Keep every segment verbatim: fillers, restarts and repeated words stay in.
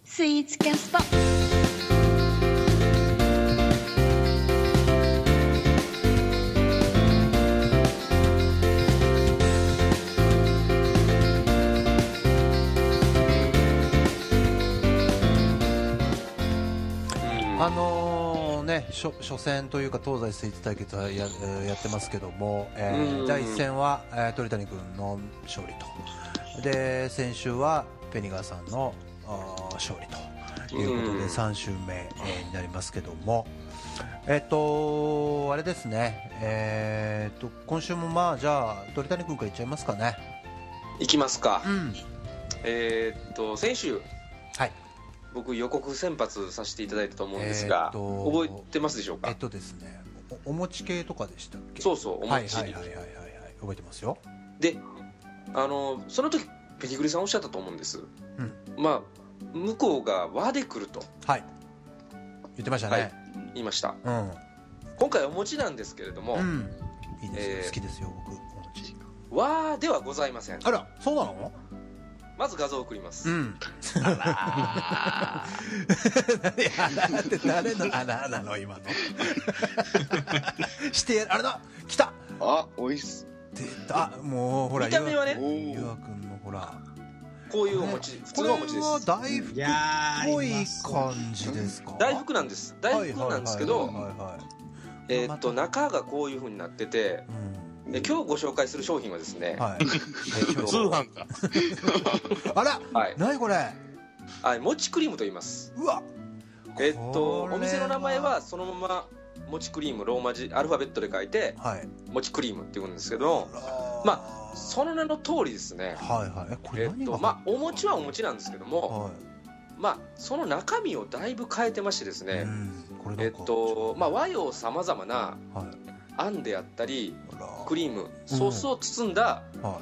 スイーツキャスト。 あのーね、初, 初戦というか東西スイーツ対決は や, やってますけども、えー、だいいち戦は、えー、鳥谷君の勝利とで、先週はペニガーさんの勝利ということでさん週目、えー、になりますけども、えっとあれですね、えー、と今週もまあじゃあ鳥谷君からいっちゃいますかね。 いきますか、 うん、えー、っと先週、 はい、 僕予告先発させていただいたと思うんですが、えー、覚えてますでしょうか。 えっとですね お, お餅系とかでしたっけ。 そうそう、お餅、 はいはいはいはいはい、覚えてますよ。 で、あのその時ペニグリさんおっしゃったと思うんです、うん、まあ向こうが和で来ると、 はい、言ってましたね、はい、 言いました、 うん、 今回お餅なんですけれども、うん、 いいですよ、えー、好きですよ僕お餅。 和ではございません。 あら、そうなの。 まず画像を送ります。うん。 あらーって誰のあらなの今の。してあれだ、来た。 あ、おいし出た。もうほら見た目はね、 ゆわくんのほらこういうお餅、普通のお餅です。 これは大福っぽい感じですか。 大福なんです。大福なんですけど、えっと中がこういう風になってて。うん、今日ご紹介する商品はですね、はい、 通販かあら、はい、何これ、 はい、もちクリームと言います。 うわ、 えっとお店の名前はそのままもちクリーム、ローマ字アルファベットで書いて、はい、もちクリームって言うんですけど、まあその名の通りですね、 はいはい、これ何が、 えっとまあお餅はお餅なんですけども、はい、まあその中身をだいぶ変えてましてですね、これえっとまあ和洋さまざまな、はい、あんであったりクリーム、ソースを包んだ、うん、はい、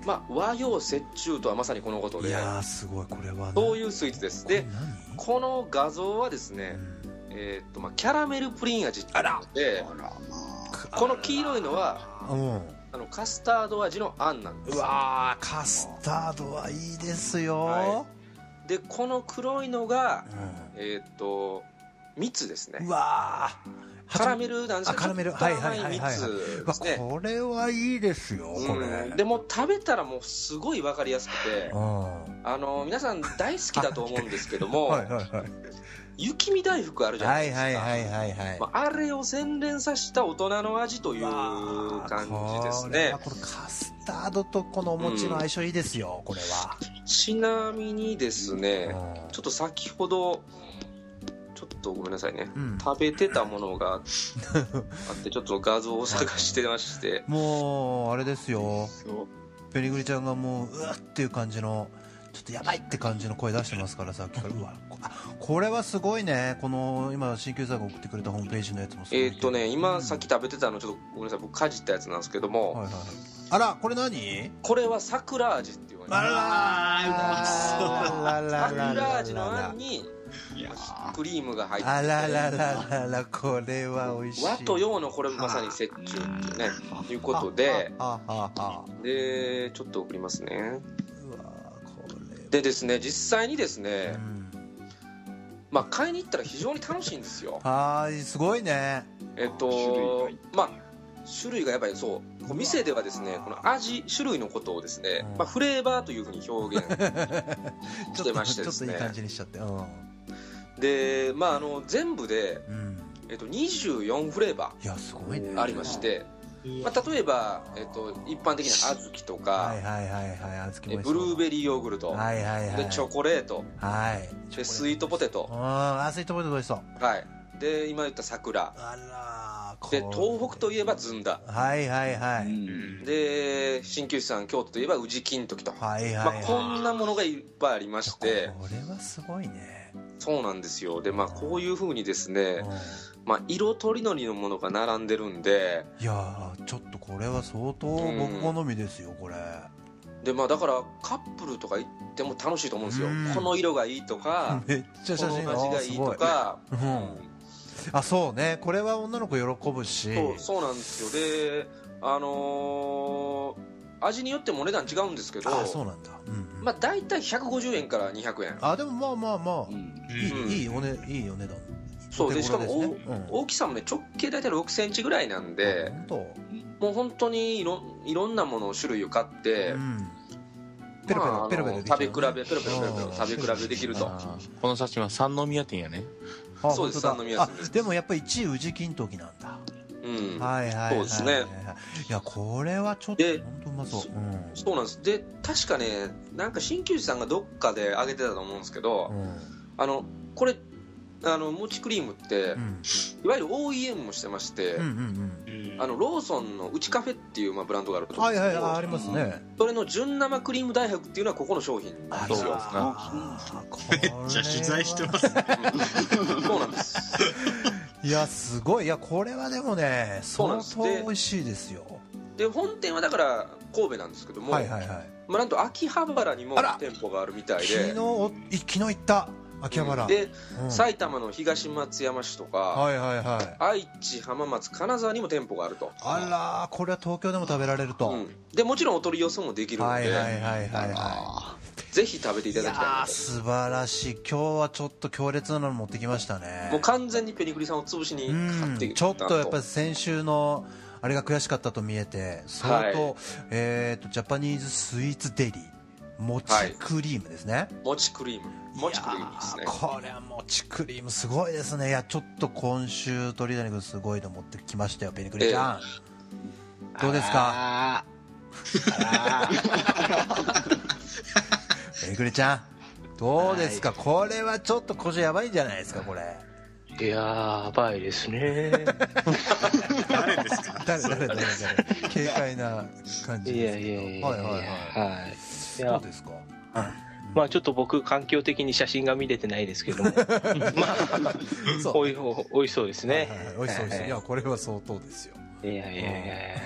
まあ、和洋折衷とはまさにこのことで、 いやーすごい、これはそういうスイーツです。でこの画像はですね、うん、えーっとまあ、キャラメルプリン味っていうので、この黄色いのは、うん、あのカスタード味のあんなんです。 うわー、カスタードはいいですよ、はい、でこの黒いのが、うん、えーっと蜜ですね。 うわー、 カラメルなんですけど、 カラメル、はいはいはいはい、 ですね。 これはいいですよ、これ、 うん、でも食べたらもうすごい分かりやすくて、うん、あの皆さん大好きだと思うんですけども、はいはいはい、雪見大福あるじゃないですか、はいはいはいはい、まあ、あれを洗練させた大人の味という感じですね。 これカスタードとこのお餅の相性いいですよ、うん、これは。 ちなみにですね、うん、ちょっと先ほどちょっとごめんなさいね、うん、食べてたものがあってちょっと画像を探してましてもうあれですよ、ペニグリちゃんがもううわっていう感じのちょっとやばいって感じの声出してますから、さっきからうわ、これはすごいね。この今鍼灸師さんが送ってくれたホームページのやつもすごい。 えーっとね今さっき食べてたのちょっとごめんなさい、僕かじったやつなんですけども、はいはいはい、 あら、これ何？ これは桜味っていうあらー、 桜味のあんにクリームが入ってて、 あららららら、これは美味しい。 和と洋のこれまさに折衷っていうねいうことで、でちょっと送りますね。うわ、これでですね、実際にですね、うん、まあ買いに行ったら非常に楽しいんですよ。 あー、すごいね。 えっとまあ種類がやっぱりそう、店ではですねこの味、種類のことをですね、うん、まあ、フレーバーというふうに表現してましてですね、 ちょっといい感じにしちゃって、うん、 で、まあ、あの全部で、うん、えっと、にじゅうよんフレーバーありまして、まあ、例えば、えっと、一般的な小豆とか、ブルーベリーヨーグルト、はいはいはい、でチョコレート、はい、でスイートポテト、 あ、スイートポテト美味しそう、 はい、で今言った桜、あら、で東北といえばずんだ、 はいはいはい、うん、 で鍼灸師さん京都といえば宇治金時と、はいはいはい、まあ、こんなものがいっぱいありまして、 これはすごいね。 そうなんですよ。で、まあ、こういう風にですね、まあ、色とりどりのものが並んでるんで、 いやー、ちょっとこれは相当僕好みですよ、うん、これで、まあ、だからカップルとか行っても楽しいと思うんですよ、うん、この色がいいとか、 めっちゃ写真、 この味がいいとか、 うん、あ、そうね、これは女の子喜ぶし、 そう、そうなんですよ。で、あのー味によってもお値段違うんですけど、 あそうなんだ、うんうん、 まあ大体ひゃくごじゅうえんからにひゃくえん。 あでもまあまあまあ、うん、いいいいおねいいお値段。 そうでしかも、うん、大きさもね直径大体ろくセンチぐらいなんで、もう本当にいろいろんなものを種類を買って、うん、 ペロペロペロペロ食べ比べペロペロペロペロ食べ比べできると。 この写真は三宮店やね。 そうです三宮店です。 でもやっぱりいちい宇治金時なんだ。 うん、 はいはいはい、 そうですね。 いやこれはちょっと本当うまそう。 そ, うん、そうなんです。で確かねなんか鍼灸師さんがどっかで上げてたと思うんですけど、うん、あのこれあのもちクリームって、うん、いわゆる オーイーエム もしてまして、うんうんうん、あのローソンのうちカフェっていう、まあ、ブランドがあると思うんですけど、 はいはい、ありますね。 それの純生クリーム大福っていうのはここの商品なんですよ。 めっちゃ取材してますね。 そうなんです。 いやすごい。いやこれはでもね相当美味しいですよ。 で本店はだから神戸なんですけども、はいはいはい、まあ、なんと秋葉原にも店舗があるみたいで、 昨日昨日行った秋葉原、うん、 で、うん、埼玉の東松山市とか、 はいはいはい、 愛知浜松金沢にも店舗があると。 あらこれは東京でも食べられると、うん、 でもちろんお取り寄せもできるので、 はいはいはいはいはい、 ぜひ食べていただきたいなと。 素晴らしい。今日はちょっと強烈なの持ってきましたね。 もう完全にペニクリさんを潰しに買ってきたと。 ちょっとやっぱり先週のあれが悔しかったと見えて相当、はい、えー、とジャパニーズスイーツデリーもちクリームですね、はい、 もちクリームもちクリームですね。 これはもちクリームすごいですね。いやちょっと今週鳥谷君すごいの持ってきましたよペニクリちゃん、えー、どうですか。ペニクリちゃんどうですか、はい、これはちょっと腰やばいんじゃないですかこれ。 いやばいですね。 誰ですか。 誰誰誰誰。軽快な感じですけど。いやいやいや。はいはいはい。はい。どうですか。 うん、まあちょっと僕環境的に写真が見れてないですけども、まあおいおいしそうですね。はいはいはい、 おいしそうです。いやこれは相当ですよ。 いやいやいやいや。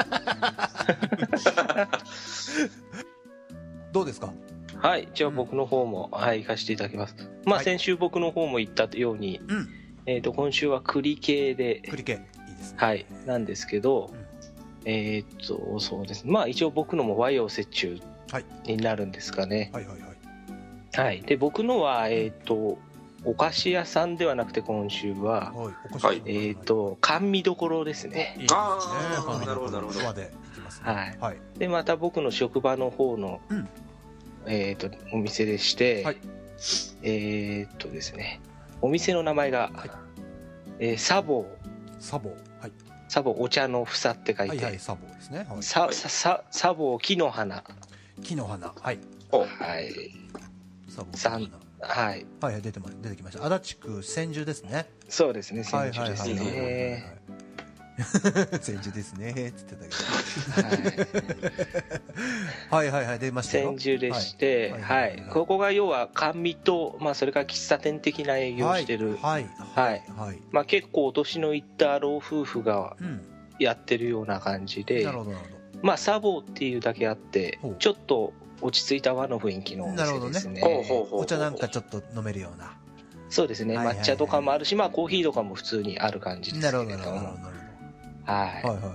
どうですか。 はい、じゃあ僕の方も、うん、はい、行かせていただきます。まあ先週僕の方も言ったように、うん、えっと今週は栗系で、 栗系いいですね。 はい、なんですけど、うん、えっとそうですね。まあ一応僕のも和洋折衷になるんですかね。はいはいはいはい。はい、で僕のはえっとお菓子屋さんではなくて今週は、はい、えっと甘味どころですね。 いいですね。ああ、なるほどなるほど。 までいきますね。 はい。はい。でまた僕の職場の方の、うん、えっとお店でして、はい、えっとですね、お店の名前が、はい、えー、サボー。 サボー。はい。 サボーお茶の房って書いて。 はいはい、サボーですね。はい、 さささサボー木の花。 木の花。はい。 はい。 サボー木の花。 はい。 はい、出てま出てきました。足立区千住ですね。 そうですね、千住ですね。 千住ですねつってたけど。はいはいはい出ましたよ。 千住でして、はい。ここが要は甘味とまあそれから喫茶店的な営業をしてる。はいはいはい。まあ結構お年のいった老夫婦がやってるような感じで。なるほどなるほど。まあサボーっていうだけあってちょっと落ち着いた和の雰囲気のお店ですね。 なるほどね。お茶なんかちょっと飲めるような。 そうですね。抹茶とかもあるし、まあコーヒーとかも普通にある感じですけど。 なるほどなるほど。 はい。はいはいはい。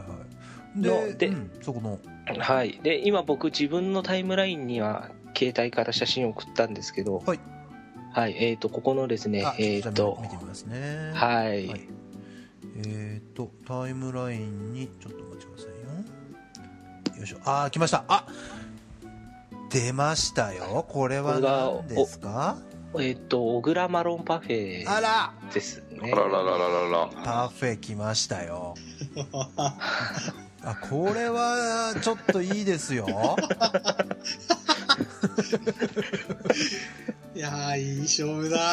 で、で、うん、そこの。はい。で、今僕自分のタイムラインには携帯から写真を送ったんですけど。はい。はい。えっ、ー、とここのですね。えっ、ー、と。 見てみますね。 はい。はい、 えっ、ー、とタイムラインにちょっとお待ちくださいよ。よいしょ。あー来ました。あ。出ましたよ。これは何ですか。 えっ、ー、と小倉マロンパフェですね。 あらららららら。 パフェ来ましたよ。あ、これはちょっといいですよ。 いやーいい勝負だ。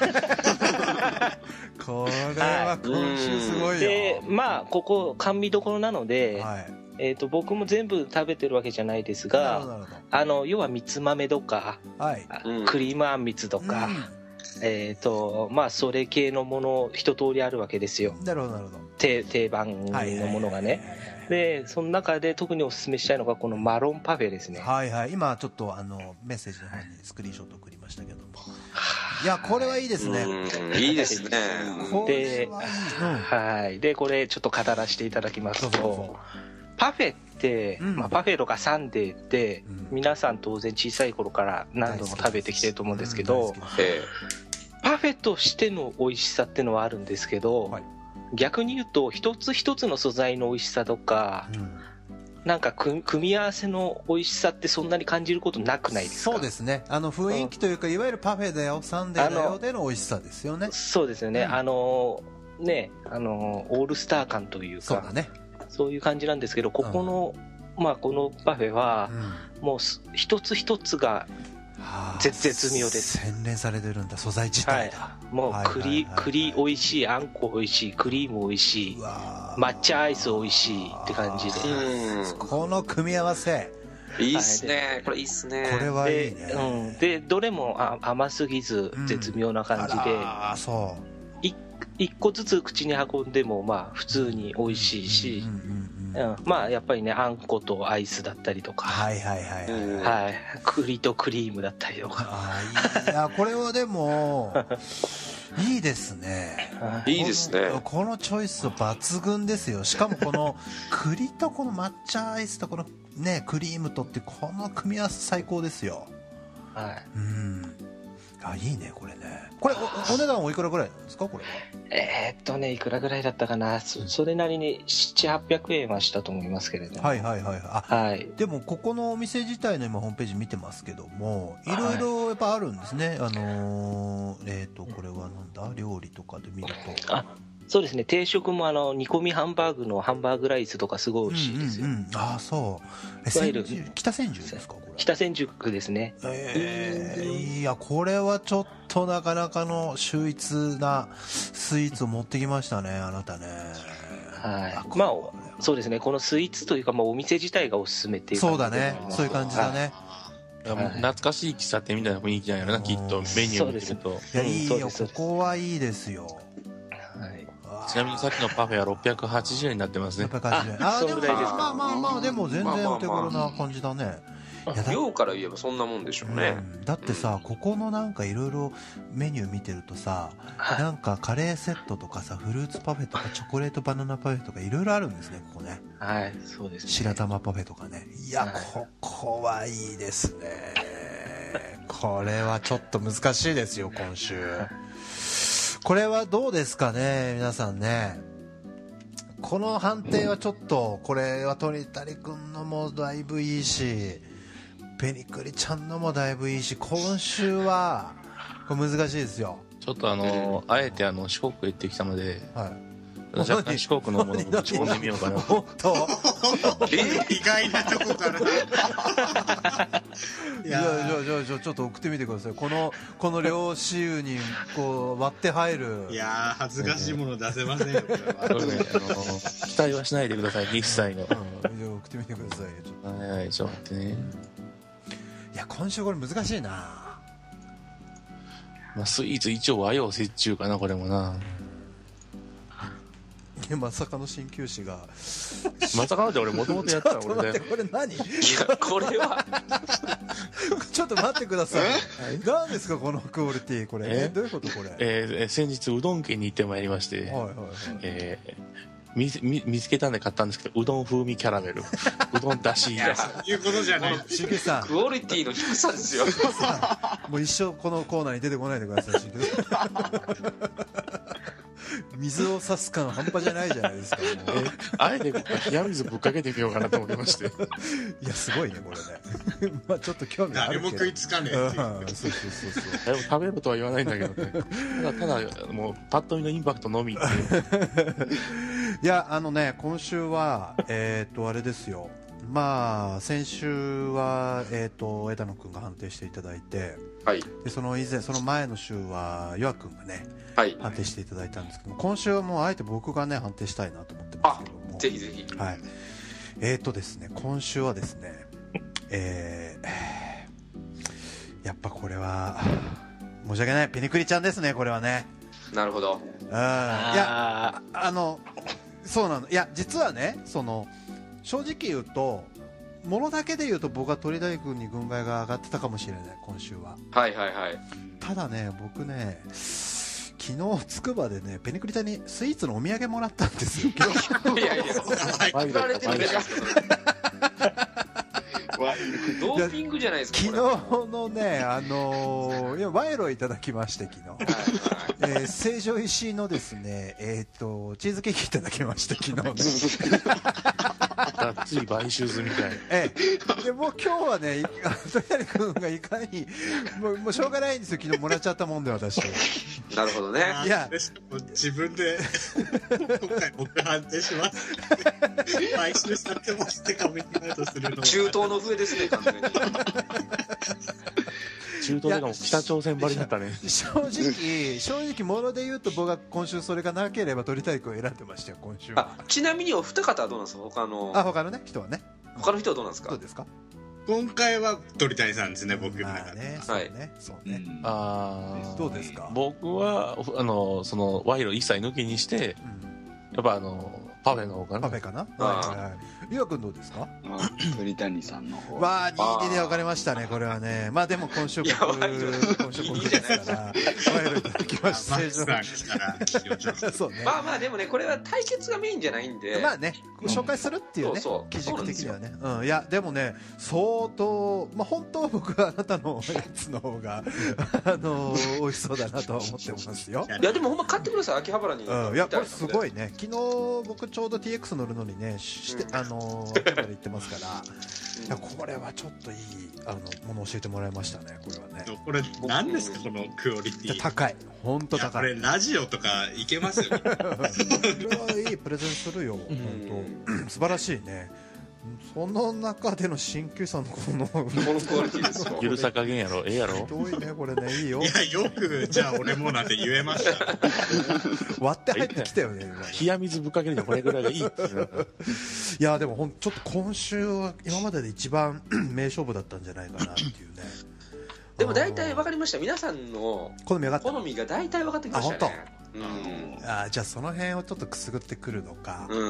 これは今週すごいよ。 でまあここ甘味どころなので。はい、えー、と僕も全部食べてるわけじゃないですが、あの要はみつ豆とか、はい、クリームあんみつとか、うん、えーとまあ、それ系のもの一通りあるわけですよ。 なるほどなるほど。 定番のものがね。でその中で特におすすめしたいのがこのマロンパフェですね。 はいはい。今ちょっとあのメッセージの方にスクリーンショット送りましたけども、いやこれはいいですね。 いいですね。 で、はい。でこれちょっと語らせていただきますと、パフェって、うん、まあ、パフェとかサンデーって、うん、皆さん当然小さい頃から何度も食べてきてると思うんですけど、うん、パフェとしての美味しさっていうのはあるんですけど、はい、逆に言うと一つ一つの素材の美味しさとか、うん、なんか組み合わせの美味しさってそんなに感じることなくないですか？ そうですね、あの雰囲気というか、うん、いわゆるパフェだよサンデーだよでの美味しさですよね。 そうですよね、うん、あのねあのオールスター感というか、 そうだね、 そういう感じなんですけど、ここの、うん、まあこのパフェは、うん、もう一つ一つが絶妙です。 洗練されてるんだ、素材自体だ、 はい、もう栗、栗美味しい、あんこ美味しい、クリーム美味しい、抹茶アイス美味しいって感じで、 この組み合わせいいっすね、はい、これいいっすね、 これはいいね。 で、うん、でどれもあ甘すぎず絶妙な感じで、うん、 あそう一個ずつ口に運んでもまあ普通に美味しいし、うん、まあやっぱりね、あんことアイスだったりとか、 はいはいはいはい、 うん、はい、栗とクリームだったりとか、 あいい、いやこれはでもいいですね、 いいですね、 このチョイス抜群ですよ。しかもこの栗とこの抹茶アイスとこのねクリームとってこの組み合わせ最高ですよ。 はい、 うん、あいいねこれね。これ お, お値段おいくらぐらいなんですかこれは？ えー、っとねいくらぐらいだったかな、そ, それなりにななひゃくはっぴゃくえんはしたと思いますけれども、 はいはいはい、あ、はい、でもここのお店自体の今ホームページ見てますけども、いろいろやっぱあるんですね、はい、あのー、えー、っとこれはなんだ、料理とかで見ると、 あ、そうですね、定食もあの煮込みハンバーグのハンバーグライスとかすごい美味しいですよ、うんうんうん、 ああそういわゆる北千住ですかこれ？ 北千住区ですね。 えー、いやこれはちょっとなかなかの秀逸なスイーツを持ってきましたねあなたね。 はい、まあそうですね、このスイーツというか、まあ、お店自体がおすすめっていう感じで、 そうだね、そういう感じだね、 はい、懐かしい喫茶店みたいな雰囲気なんやろな、きっとメニュー見てると。 いやいいよ、ここはいいですよ。 ちなみにさっきのパフェはろっぴゃくはちじゅうえんになってますね。 ろっぴゃくはちじゅうえん、ああでもまあまあまあでも全然お手頃な感じだね。 量から言えばそんなもんでしょうね、 うん、だってさ、ここのなんかいろいろメニュー見てるとさ、なんかカレーセットとかさ、フルーツパフェとかチョコレートバナナパフェとかいろいろあるんですねここね。 はい、そうですね、 白玉パフェとかね。いや、はい、ここはいいですね。これはちょっと難しいですよ今週。これはどうですかね皆さんね。この判定はちょっと、これは鳥谷君のもだいぶいいし、ペニクリちゃんのもだいぶいいし、今週はこれ難しいですよ。 ちょっとあのあえてあの四国へ行ってきたので、はい、若干四国のものを打ち込んでみようかな。 本当意外なとこからいや、じゃあじゃあじゃあちょっと送ってみてください。このこの両私有にこう割って入る。 いや恥ずかしいもの出せませんよ。これは、ね、あの期待はしないでください一切の。うん、 じゃあ送ってみてくださいよ。ちょっと、 はいはい、ちょっと待ってね。 いや今週これ難しいな。 まあ、スイーツ一応和洋折衷かなこれもな。 いやまさかの鍼灸師がまさかのって俺もともとやったら俺でこれ何？いやこれはちょっと待ってください。何ですかこのクオリティこれ。えどういうことこれ？ えー、先日うどん家に行ってまいりまして、はいはいはい、えー見, 見, 見つけたんで買ったんですけど、うどん風味キャラメル、うどんだしやそういうことじゃない。 しげさんクオリティの低さですよ。 もう一生このコーナーに出てこないでください。しげさん水を差す感半端じゃないじゃないですか。もうえあえて冷や水ぶっかけてみようかなと思いまして。 いやすごいねこれね。まあちょっと興味あるけど。 誰も食いつかねえっていう。そうそうそうそう。でも食べるとは言わないんだけどね。ただただもうパッと見のインパクトのみっていう。 いやあのね今週はえっとあれですよ。まあ先週はえっと枝野くんが判定していただいて、はい、でその以前その前の週はヨアくんがね、はい、判定していただいたんですけども、今週はもうあえて僕がね判定したいなと思ってますけども、 ぜひぜひ。 はい。えっとですね今週はですね、えー、やっぱこれは申し訳ないペニクリちゃんですねこれはね。 なるほど。 うん。いやあのそうなの。いや実はねその正直言うとものだけで言うと僕は鳥谷君に軍配が上がってたかもしれない今週は。 はいはいはい。 ただね僕ね昨日つくばでねペニクリちゃんにスイーツのお土産もらったんですよ。 いやいや送られてるじゃん。 ドーピングじゃないですか。 昨日のね、あのー、いや賄賂いただきまして昨日、はいはい、えー、成城石井のですね、えっ、ー、とチーズケーキいただきまして昨日ね。 がっつり買収済みたいな。 ええ、でもう今日はね、鳥谷君がいかにもう、もうしょうがないんですよ、昨日もらっちゃったもんで私。 なるほどね。 いや、自分で今回僕判定します。買収されてますってコミュニケートするの。 中東の笛ですね、完全に。 中東でも北朝鮮ばりだったね。 正直、正直もので言うと僕は今週それがなければ鳥谷君を選んでましたよ、今週は。 あ、ちなみにお二方はどうなんですか、他の。 あ、他のね、人はね。 他の人はどうなんですか。 どうですか。 今回は鳥谷さんですね、僕の中で。まあね、そうね、そうね。 ああ、 どうですか。 僕はあのその賄賂一切抜きにして、やっぱあのパフェの方かな。 パフェかな。はいはいはい。ゆうやくんどうですか。 鳥谷さんの方。 わあ、にいで分かれましたね、これはね。まあでも今週僕、今週僕ですから、賄賂いただきました。 そうね。まあまあでもね、これは対決がメインじゃないんで。 まあね、紹介するっていうね、基軸的にはね。うん、いやでもね、相当、まあ本当は僕はあなたのやつの方があの美味しそうだなとは思ってますよ。 いやでもほんま買ってください、秋葉原に。 うん、いやこれすごいね。昨日僕ちょうど ティーエックス 乗るのにね、してあの。秋葉原行ってますから、いやこれはちょっといいあのものを教えてもらいましたね、これはね。 これ何ですか、このクオリティ。 高い、本当高い。 これラジオとかいけますよ。これはいいプレゼンするよ、本当素晴らしいね。その中での鍼灸師さんのこのこのクオリティですよ。 ゆるさ加減やろ、ええやろ。 ひどいねこれね、いいよ。 いやよくじゃあ俺もなんて言えました。 割って入ってきたよね。 冷や水ぶっかけるのこれぐらいがいいって。 いやでもほんちょっと今週は今までで一番名勝負だったんじゃないかなっていうね。 でも大体分かりました。皆さんの好み分かった。 好みが大体分かってきましたね。 うん、あじゃあその辺をちょっとくすぐってくるのか、 うん、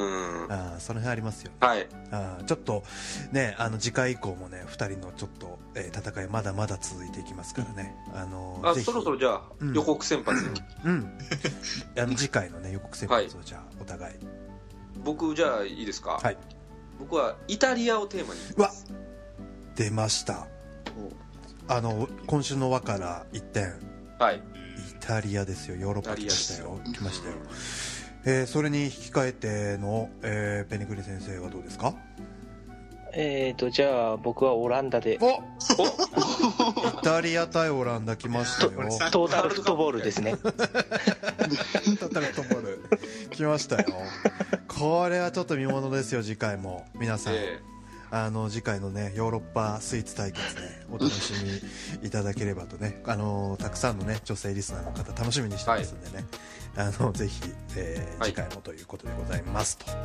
あその辺ありますよね。 はい、 あちょっとね、あの次回以降もねふたりのちょっと、えー、戦いまだまだ続いていきますからね、あのあそろそろじゃあ、うん、予告先発うん、あの次回のね予告先発をじゃあ、はい、お互い僕じゃあいいですか。 はい、 僕はイタリアをテーマに。 うわ出ました。あの今週の輪からいってん、 はい、 イタリアですよ。ヨーロッパ来ましたよ。来ましたよ。えー、それに引き換えての、えー、ペニクリ先生はどうですか。 えーとじゃあ僕はオランダで。 おおイタリア対オランダ来ましたよ。 トータルフットボールですね。トータルフットボール来ましたよ。これはちょっと見ものですよ。次回も皆さん、えーあの次回のねヨーロッパスイーツ対決ねお楽しみいただければとね、あのたくさんのね女性リスナーの方楽しみにしてますんでね、はい、あのぜひ、えー、次回もということでございますと。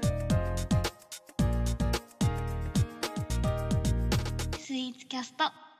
スイーツキャスト。